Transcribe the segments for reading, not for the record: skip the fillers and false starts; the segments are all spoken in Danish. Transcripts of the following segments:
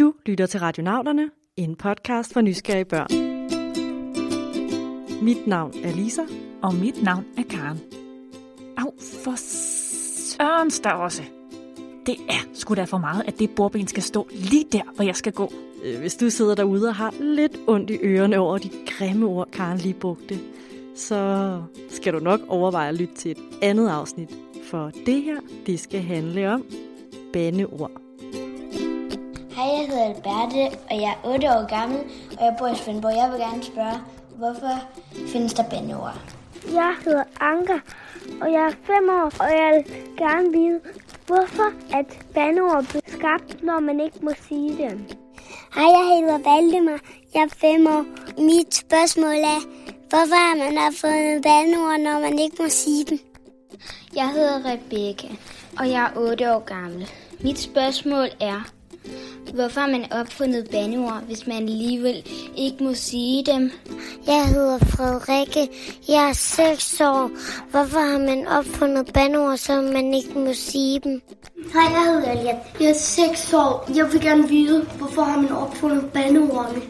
Du lytter til Radionauterne, en podcast for nysgerrige børn. Mit navn er Lisa. Og mit navn er Karen. Au, for sørens der også. Det er sgu da for meget, at det bordben skal stå lige der, hvor jeg skal gå. Hvis du sidder derude og har lidt ondt i ørerne over de grimme ord, Karen lige brugte, så skal du nok overveje at lytte til et andet afsnit. For det her, det skal handle om bandeord. Hej, jeg hedder Alberte, og jeg er 8 år gammel, og jeg bor i Svendborg. Jeg vil gerne spørge, hvorfor findes der bandeord? Jeg hedder Anker, og jeg er 5 år, og jeg vil gerne vide, hvorfor at bandeord blev skabt, når man ikke må sige dem. Hej, jeg hedder Valdemar. Jeg er 5 år. Mit spørgsmål er, hvorfor har man opfundet bandeord, når man ikke må sige dem? Jeg hedder Rebecca, og jeg er 8 år gammel. Mit spørgsmål er, hvorfor har man opfundet bandeord, hvis man alligevel ikke må sige dem? Jeg hedder Frederikke. Jeg er 6 år. Hvorfor har man opfundet bandeord, så man ikke må sige dem? Hej, jeg hedder Elian. Jeg er 6 år. Jeg vil gerne vide, hvorfor har man opfundet bandeordene?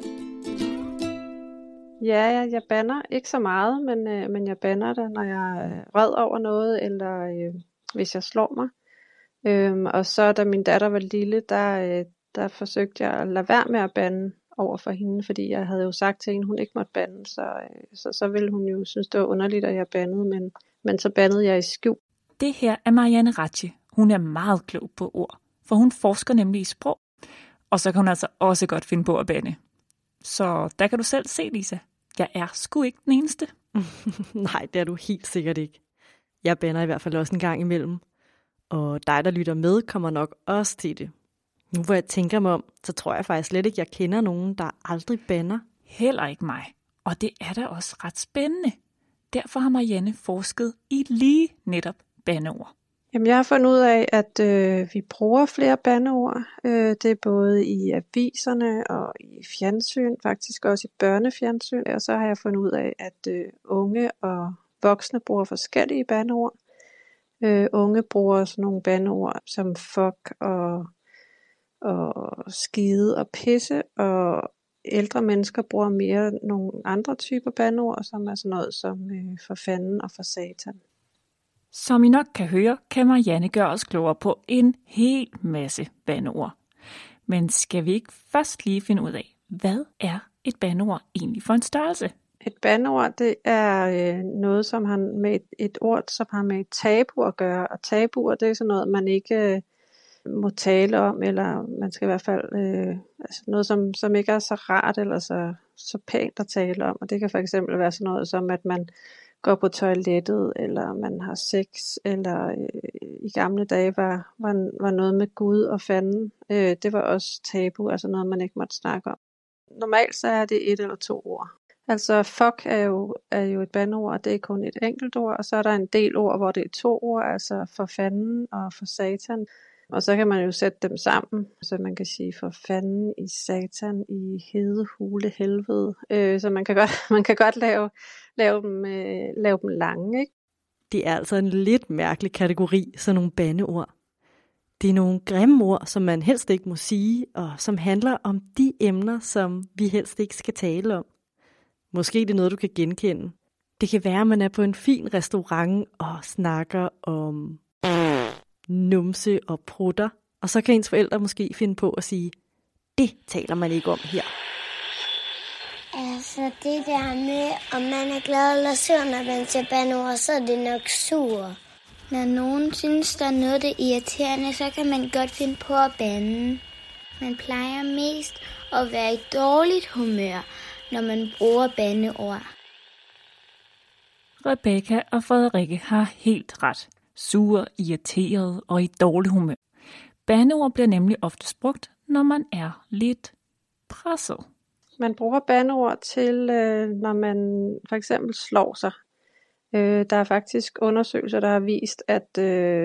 Ja, jeg bander ikke så meget, men jeg bander det, når jeg er vred over noget, eller hvis jeg slår mig. Og så da min datter var lille, der forsøgte jeg at lade være med at bande over for hende, fordi jeg havde jo sagt til hende, hun ikke måtte bande, så ville hun jo synes, det var underligt, at jeg bandede, men så bandede jeg i skjul. Det her er Marianne Ratche. Hun er meget klog på ord, for hun forsker nemlig i sprog, og så kan hun altså også godt finde på at bande. Så der kan du selv se, Lisa. Jeg er sgu ikke den eneste. Nej, det er du helt sikkert ikke. Jeg bander i hvert fald også en gang imellem. Og dig, der lytter med, kommer nok også til det. Nu hvor jeg tænker mig om, så tror jeg faktisk slet ikke, jeg kender nogen, der aldrig bander. Heller ikke mig. Og det er da også ret spændende. Derfor har Marianne forsket i lige netop bandeord. Jamen, jeg har fundet ud af, at vi bruger flere bandeord. Det er både i aviserne og i fjernsyn, faktisk også i børnefjernsyn. Og så har jeg fundet ud af, at unge og voksne bruger forskellige bandeord. Unge bruger sådan nogle bandeord som fuck og skide og pisse, og ældre mennesker bruger mere nogle andre typer bandeord, som er sådan noget som for fanden og for satan. Som I nok kan høre, kan Marianne gøre os klogere på en hel masse bandeord. Men skal vi ikke først lige finde ud af, hvad er et bandeord egentlig for en størrelse? Et bandeord, det er noget, som har med et ord, som har med et tabu at gøre. Og tabuer, det er sådan noget, man ikke må tale om, eller man skal i hvert fald altså noget, som ikke er så rart eller så pænt at tale om. Og det kan for eksempel være sådan noget som, at man går på toilettet, eller man har sex, eller i gamle dage var noget med Gud og fanden. Det var også tabu, altså noget, man ikke måtte snakke om. Normalt så er det 1 eller 2 ord. Altså fuck er jo et bandeord, det er kun et enkelt ord, og så er der en del ord, hvor det er 2 ord, altså for fanden og for satan. Og så kan man jo sætte dem sammen, så man kan sige for fanden i satan i hede, hule, helvede. Så man kan godt lave dem lange, ikke? Det er altså en lidt mærkelig kategori, sådan nogle bandeord. Det er nogle grimme ord, som man helst ikke må sige, og som handler om de emner, som vi helst ikke skal tale om. Måske det er noget, du kan genkende. Det kan være, at man er på en fin restaurant og snakker om numse og prutter, og så kan ens forældre måske finde på at sige, det taler man ikke om her. Altså det der med, om man er glad eller sur, når man siger bandeord, så er det nok sur. Når nogen synes, der er noget, der er irriterende, så kan man godt finde på at bande. Man plejer mest at være i dårligt humør, når man bruger bandeord. Rebecca og Frederikke har helt ret. Sur, irriteret og i dårlig humør. Bandeord bliver nemlig ofte brugt, når man er lidt presset. Man bruger bandeord til, når man for eksempel slår sig. Der er faktisk undersøgelser, der har vist, at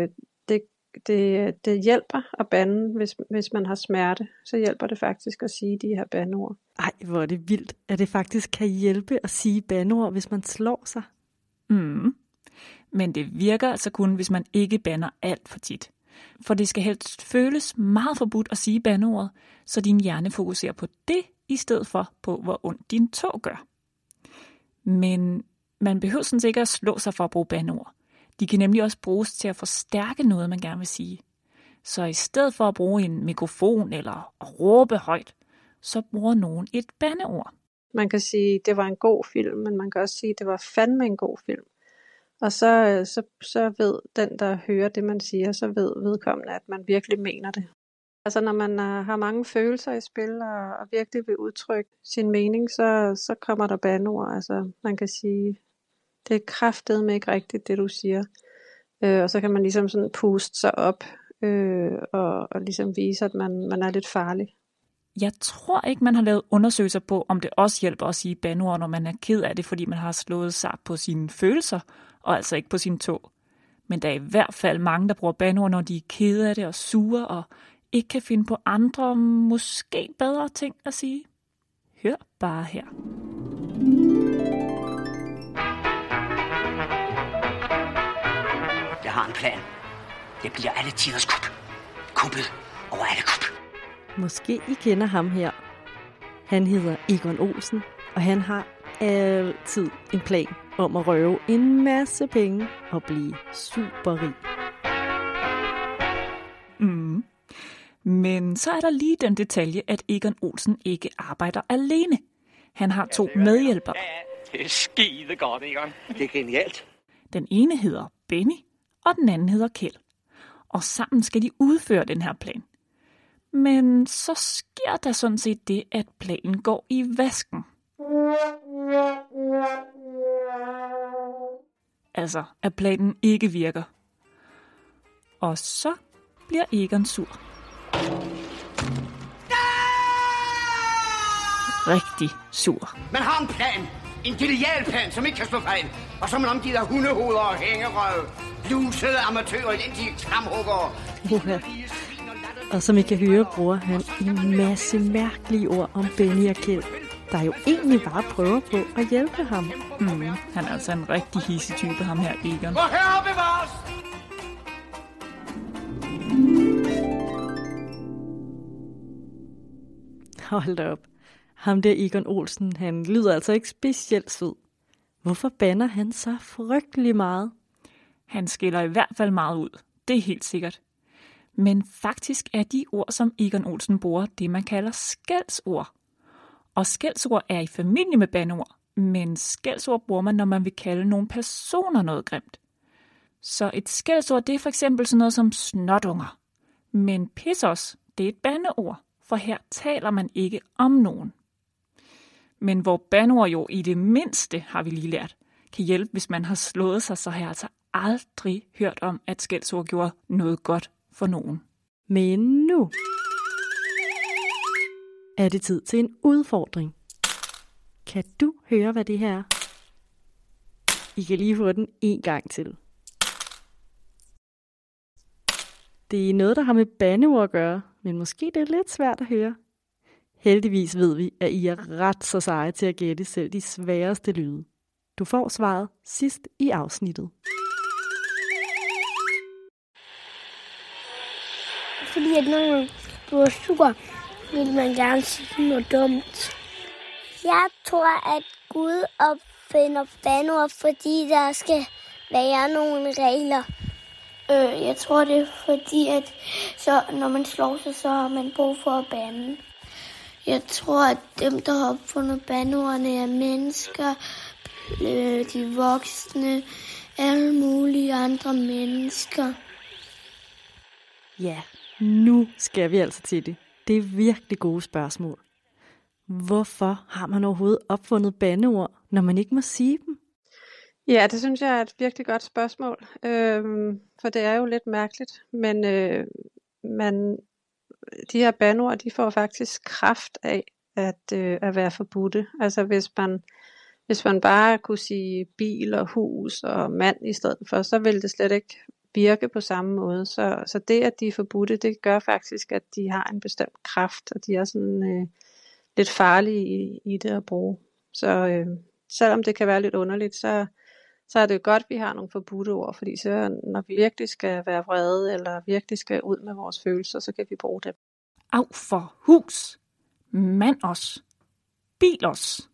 det hjælper at bande, hvis man har smerte. Så hjælper det faktisk at sige de her bandeord. Ej, hvor er det vildt, at det faktisk kan hjælpe at sige bandeord, hvis man slår sig. Men det virker altså kun, hvis man ikke bander alt for tit. For det skal helst føles meget forbudt at sige bandeordet, så din hjerne fokuserer på det, i stedet for på, hvor ondt din tå gør. Men man behøver sådan set ikke at slå sig for at bruge bandeord. De kan nemlig også bruges til at forstærke noget, man gerne vil sige. Så i stedet for at bruge en mikrofon eller at råbe højt, så bruger nogen et bandeord. Man kan sige, at det var en god film, men man kan også sige, at det var fandme en god film. Og så ved den, der hører det, man siger, så ved vedkommende, at man virkelig mener det. Altså når man har mange følelser i spil og virkelig vil udtrykke sin mening, så kommer der bandeord. Altså man kan sige, det er kraftedeme ikke rigtigt, det du siger. Og så kan man ligesom sådan puste sig op og ligesom vise, at man er lidt farlig. Jeg tror ikke, man har lavet undersøgelser på, om det også hjælper at sige bandeord, når man er ked af det, fordi man har slået sig på sine følelser, og altså ikke på sin tå. Men der er i hvert fald mange, der bruger bandeord, når de er kede af det og sure, og ikke kan finde på andre, måske bedre ting at sige. Hør bare her. Jeg har en plan. Det bliver alle tiders kup. Kuppet over alle kup. Måske I kender ham her. Han hedder Egon Olsen, og han har altid en plan om at røve en masse penge og blive superrig. Men så er der lige den detalje, at Egon Olsen ikke arbejder alene. Han har 2 medhjælpere. Det er skide godt, Egon. Det er genialt. Den ene hedder Benny, og den anden hedder Kjeld. Og sammen skal de udføre den her plan. Men så sker der sådan set det, at planen går i vasken. Altså, at planen ikke virker. Og så bliver Egon sur. Rigtig sur. Man har en plan. En genial plan, som ikke kan slå fejl. Og så er man omgivet af hundehoveder og hængerøv. Lusede amatører, elendige klamhuggere. Og som I kan høre, bruger han en masse mærkelige ord om Benny og Kjeld, der jo egentlig bare prøver på at hjælpe ham. Han er altså en rigtig hissig type, ham her Egon. Hvor herre bevares! Hold da op. Ham der Egon Olsen, han lyder altså ikke specielt sød. Hvorfor bander han så frygtelig meget? Han skiller i hvert fald meget ud. Det er helt sikkert. Men faktisk er de ord, som Egon Olsen bruger, det man kalder skældsord. Og skældsord er i familie med bandeord, men skældsord bruger man, når man vil kalde nogle personer noget grimt. Så et skældsord, det er for eksempel sådan noget som snotunger. Men pissos, det er et bandeord, for her taler man ikke om nogen. Men hvor bandeord jo i det mindste, har vi lige lært, kan hjælpe, hvis man har slået sig, så har jeg altså aldrig hørt om, at skældsord gjorde noget godt for nogen. Men nu er det tid til en udfordring. Kan du høre, hvad det her er? I kan lige få den en gang til. Det er noget, der har med bandeord at gøre, men måske det er lidt svært at høre. Heldigvis ved vi, at I er ret så seje til at gætte selv de sværeste lyde. Du får svaret sidst i afsnittet. Fordi at når man bliver sur, vil man gerne sige noget dumt. Jeg tror, at Gud opfinder bandeord, fordi der skal være nogle regler. Jeg tror, det er fordi, at så, når man slår sig, så har man brug for at bande. Jeg tror, at dem, der har opfundet bandeordene, er mennesker, de voksne, alle mulige andre mennesker. Ja, nu skal vi altså til det. Det er virkelig gode spørgsmål. Hvorfor har man overhovedet opfundet bandeord, når man ikke må sige dem? Ja, det synes jeg er et virkelig godt spørgsmål, for det er jo lidt mærkeligt, men de her bandeord, de får faktisk kraft af at være forbudte. Altså hvis man bare kunne sige bil og hus og mand i stedet for, så ville det slet ikke virke på samme måde. Så det, at de er forbudte, det gør faktisk, at de har en bestemt kraft, og de er sådan lidt farlige i det at bruge. Så selvom det kan være lidt underligt, så er det jo godt, at vi har nogle forbudte ord, fordi så når vi virkelig skal være vrede, eller virkelig skal ud med vores følelser, så kan vi bruge det. Au for hus. Mand os. Bil os.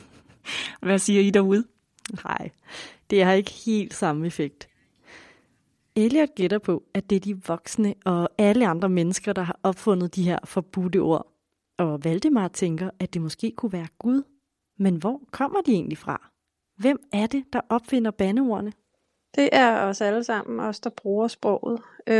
Hvad siger I derude? Nej, det har ikke helt samme effekt. Elliot gætter på, at det er de voksne og alle andre mennesker, der har opfundet de her forbudte ord. Og Valdemar tænker, at det måske kunne være Gud. Men hvor kommer de egentlig fra? Hvem er det, der opfinder bandeordene? Det er os alle sammen, os der bruger sproget.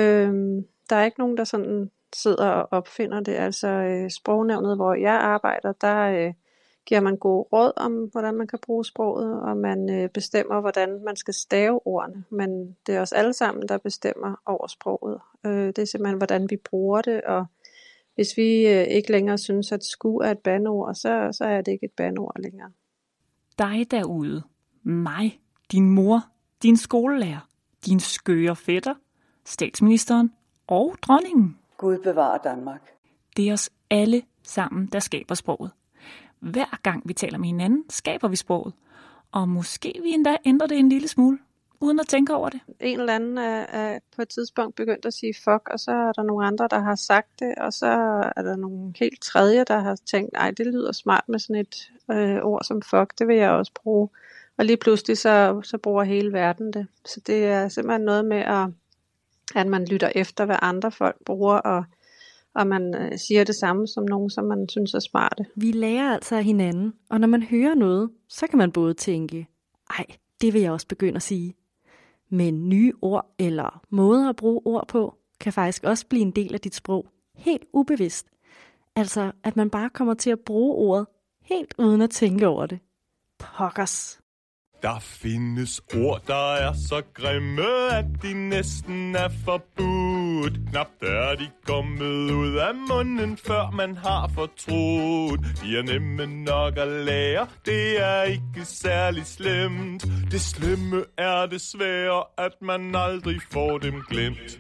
Der er ikke nogen, der sådan sidder og opfinder det. Altså sprognævnet, hvor jeg arbejder, der giver man gode råd om, hvordan man kan bruge sproget, og man bestemmer, hvordan man skal stave ordene. Men det er os alle sammen, der bestemmer over sproget. Det er simpelthen, hvordan vi bruger det, og hvis vi ikke længere synes, at sku er et bandeord, så er det ikke et bandeord længere. Dig derude, mig, din mor, din skolelærer, din skøre fætter, statsministeren og dronningen. Gud bevarer Danmark. Det er os alle sammen, der skaber sproget. Hver gang vi taler med hinanden, skaber vi sproget. Og måske vi endda ændrer det en lille smule, uden at tænke over det. En eller anden er på et tidspunkt begyndt at sige fuck, og så er der nogle andre, der har sagt det, og så er der nogle helt tredje, der har tænkt, nej, det lyder smart med sådan et ord som fuck, det vil jeg også bruge. Og lige pludselig så bruger hele verden det. Så det er simpelthen noget med, at man lytter efter, hvad andre folk bruger, og man siger det samme som nogen, som man synes er smarte. Vi lærer altså af hinanden, og når man hører noget, så kan man både tænke, ej, det vil jeg også begynde at sige. Men nye ord eller måder at bruge ord på, kan faktisk også blive en del af dit sprog, helt ubevidst. Altså, at man bare kommer til at bruge ordet, helt uden at tænke over det. Pokkers. Der findes ord, der er så grimme, at de næsten er forbudt. Knapt er de kommet ud af munden, før man har fortrudt. De er nemme nok at lære, det er ikke særlig slemt. Det slemme er desværre, at man aldrig får dem glemt.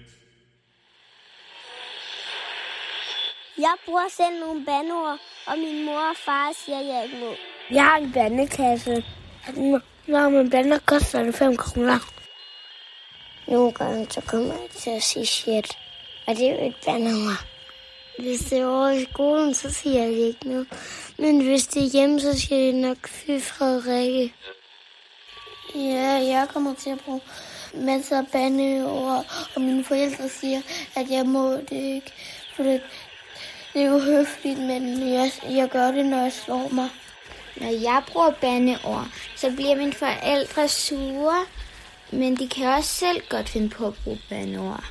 Jeg bruger selv nogle bandeord, og min mor og far siger, at jeg ikke må. Jeg har en bandekasse. Når man bander, koster det 5 kroner. Nogle gange så kommer jeg til at sige shit, og det er jo et bandeord. Hvis det er over i skolen, så siger jeg ikke noget. Men hvis det er hjemme, så siger jeg nok fy Frederikke. Ja, jeg kommer til at bruge masser af bandeord, og mine forældre siger, at jeg må det ikke. For det er jo høfligt, men jeg gør det, når jeg slår mig. Når jeg bruger bandeord, så bliver mine forældre sure, men de kan også selv godt finde på at bruge bandeord.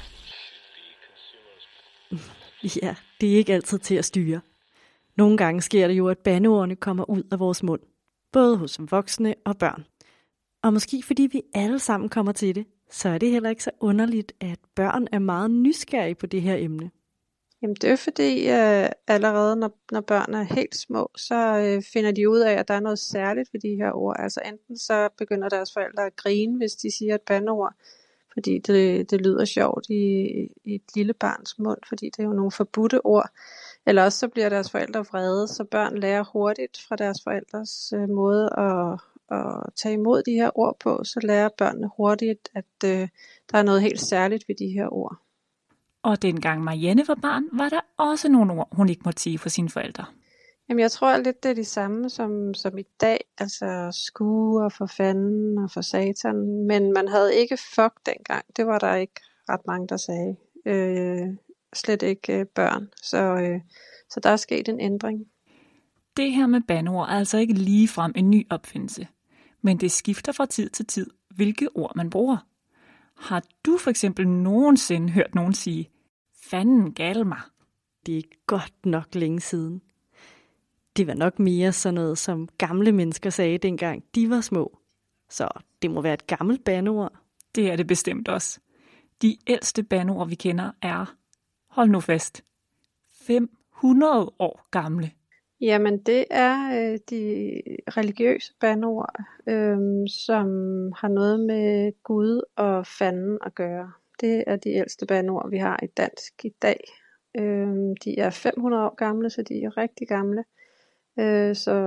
Ja, det er ikke altid til at styre. Nogle gange sker det jo, at bandeordene kommer ud af vores mund, både hos voksne og børn. Og måske fordi vi alle sammen kommer til det, så er det heller ikke så underligt, at børn er meget nysgerrige på det her emne. Jamen det er fordi allerede når børn er helt små, så finder de ud af, at der er noget særligt ved de her ord. Altså enten så begynder deres forældre at grine, hvis de siger et bandeord, fordi det lyder sjovt i et lille barns mund, fordi det er jo nogle forbudte ord. Eller også så bliver deres forældre vrede, så børn lærer hurtigt fra deres forældres måde at tage imod de her ord på. Så lærer børnene hurtigt, at der er noget helt særligt ved de her ord. Og dengang Marianne var barn, var der også nogle ord, hun ikke måtte sige for sine forældre. Jamen jeg tror lidt, det er de samme som i dag. Altså skue og for fanden og for satan. Men man havde ikke fuck dengang. Det var der ikke ret mange, der sagde. Slet ikke børn. Så der er sket en ændring. Det her med bandeord er altså ikke ligefrem en ny opfindelse. Men det skifter fra tid til tid, hvilke ord man bruger. Har du for eksempel nogensinde hørt nogen sige, fanden gal mig? Det er godt nok længe siden. Det var nok mere sådan noget, som gamle mennesker sagde dengang de var små. Så det må være et gammelt bandeord. Det er det bestemt også. De ældste bandeord, vi kender, er, hold nu fast, 500 år gamle. Jamen det er de religiøse bandeord, som har noget med Gud og fanden at gøre. Det er de ældste bandeord, vi har i dansk i dag. De er 500 år gamle, så de er rigtig gamle.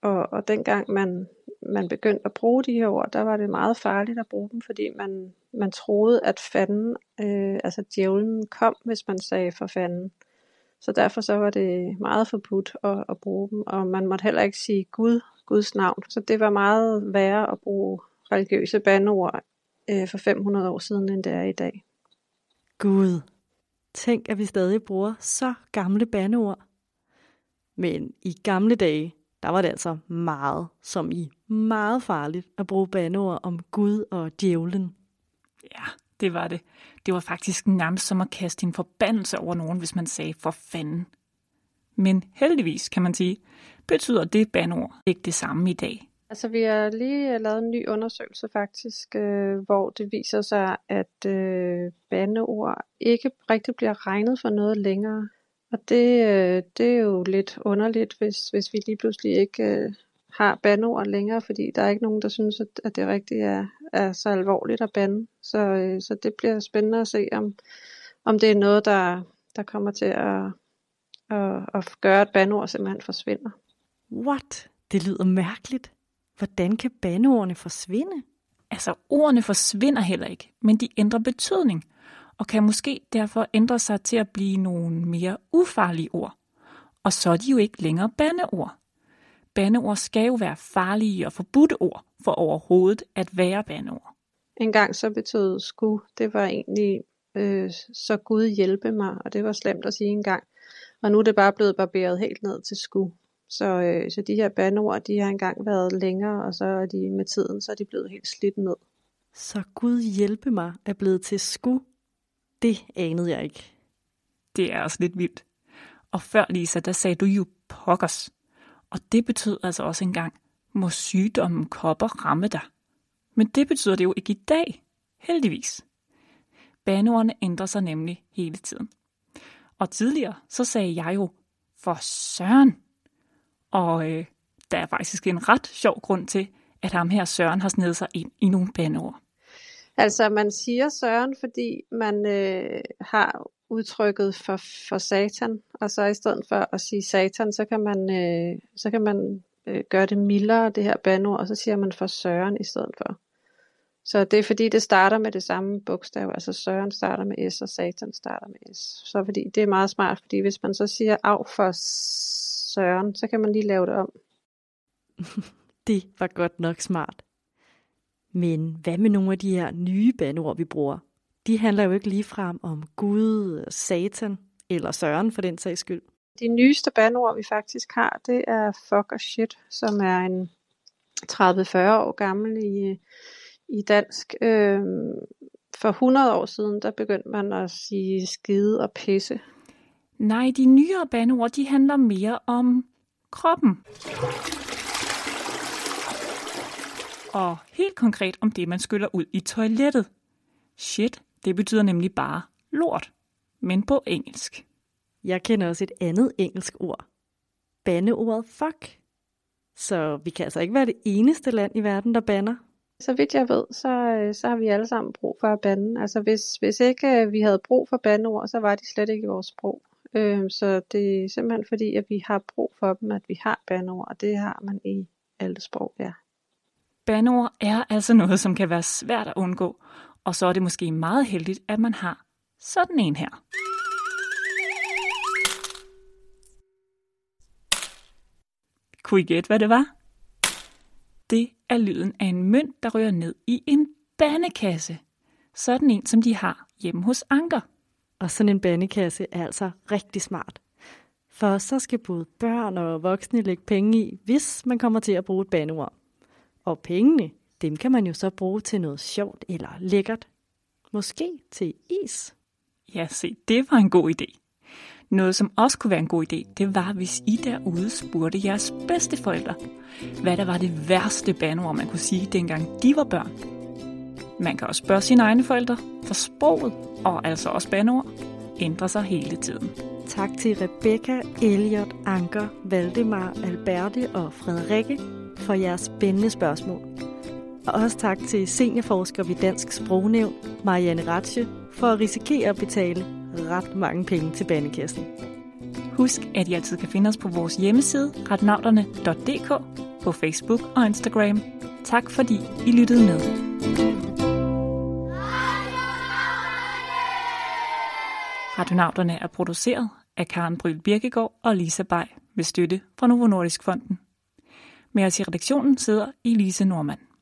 Og dengang man begyndte at bruge de her ord, der var det meget farligt at bruge dem, fordi man troede, at fanden, altså djævlen, kom, hvis man sagde for fanden. Så derfor så var det meget forbudt at bruge dem, og man måtte heller ikke sige Guds navn. Så det var meget værre at bruge religiøse bandeord for 500 år siden, end det er i dag. Gud, tænk, at vi stadig bruger så gamle bandeord. Men i gamle dage, der var det altså meget, som i meget farligt at bruge bandeord om Gud og djævlen. Ja, det var det. Det var faktisk nærmest som at kaste en forbandelse over nogen, hvis man sagde for fanden. Men heldigvis, kan man sige, betyder det bandeord ikke det samme i dag. Altså, vi har lige lavet en ny undersøgelse faktisk, hvor det viser sig, at bandeord ikke rigtig bliver regnet for noget længere. Og det er jo lidt underligt, hvis vi lige pludselig ikke har bandeord længere, fordi der er ikke nogen, der synes, at det rigtigt er så alvorligt at bande. Så det bliver spændende at se, om det er noget, der kommer til at gøre, at bandeord simpelthen forsvinder. What? Det lyder mærkeligt. Hvordan kan bandeordene forsvinde? Altså, ordene forsvinder heller ikke, men de ændrer betydning, og kan måske derfor ændre sig til at blive nogle mere ufarlige ord. Og så er de jo ikke længere bandeord. Bandeord skal jo være farlige og forbudte ord for overhovedet at være bandeord. En gang så betød sku, det var egentlig så Gud hjælpe mig, og det var slemt at sige engang. Og nu er det bare blevet barberet helt ned til sku. Så de her bandeord, de har engang været længere, og så er de med tiden, så er de blevet helt slidt ned. Så Gud hjælpe mig er blevet til sku. Det anede jeg ikke. Det er også lidt vildt. Og før, Lisa, der sagde du jo pokkers. Og det betød altså også engang, må sygdommen kopper ramme dig. Men det betyder det jo ikke i dag. Heldigvis. Bandeordene ændrer sig nemlig hele tiden. Og tidligere, så sagde jeg jo, for søren. Og der er faktisk en ret sjov grund til, at ham her Søren har snedet sig ind i nogle bandeord. Altså, man siger Søren, fordi man har udtrykket for satan, og så i stedet for at sige satan, så kan man gøre det mildere, det her bandeord, og så siger man for Søren i stedet for. Så det er fordi, det starter med det samme bogstav, altså Søren starter med S, og satan starter med S. Så fordi det er meget smart, fordi hvis man så siger af for Søren, så kan man lige lave det om. Det var godt nok smart. Men hvad med nogle af de her nye bandeord, vi bruger? De handler jo ikke ligefrem om Gud, Satan eller Søren for den sags skyld. De nyeste bandeord, vi faktisk har, det er fuck og shit, som er en 30-40 år gammel i dansk. For 100 år siden, der begyndte man at sige skide og pisse. Nej, de nyere bandeord, de handler mere om kroppen. Og helt konkret om det, man skyller ud i toilettet. Shit, det betyder nemlig bare lort, men på engelsk. Jeg kender også et andet engelsk ord. Bandeordet fuck. Så vi kan altså ikke være det eneste land i verden, der bander. Så vidt jeg ved, så har vi alle sammen brug for at bande. Altså hvis ikke vi havde brug for bandeord, så var de slet ikke i vores sprog. Så det er simpelthen fordi, at vi har brug for dem, at vi har bandeord, og det har man i alle sprog, ja. Bandeord er altså noget, som kan være svært at undgå, og så er det måske meget heldigt, at man har sådan en her. Kunne I gætte, hvad det var? Det er lyden af en mønt, der rører ned i en bandekasse. Sådan en, som de har hjemme hos Anker. Og sådan en bandekasse er altså rigtig smart. For så skal både børn og voksne lægge penge i, hvis man kommer til at bruge et bandeord. Og pengene, dem kan man jo så bruge til noget sjovt eller lækkert. Måske til is. Ja, se, det var en god idé. Noget, som også kunne være en god idé, det var, hvis I derude spurgte jeres bedsteforældre, hvad der var det værste bandeord, man kunne sige, dengang de var børn. Man kan også spørge sine egne forældre, for sproget, og altså også bandeord, ændrer sig hele tiden. Tak til Rebecca, Elliot, Anker, Valdemar, Alberte og Frederikke for jeres spændende spørgsmål. Og også tak til seniorforsker ved Dansk Sprognævn, Marianne Ratche, for at risikere at betale ret mange penge til bandekassen. Husk, at I altid kan finde os på vores hjemmeside, radionauterne.dk, på Facebook og Instagram. Tak fordi I lyttede med. Radionauterne er produceret af Karen Bryl Birkegaard og Lisa Bay med støtte fra Novo Nordisk Fonden. Med os i redaktionen sidder Elise Normann.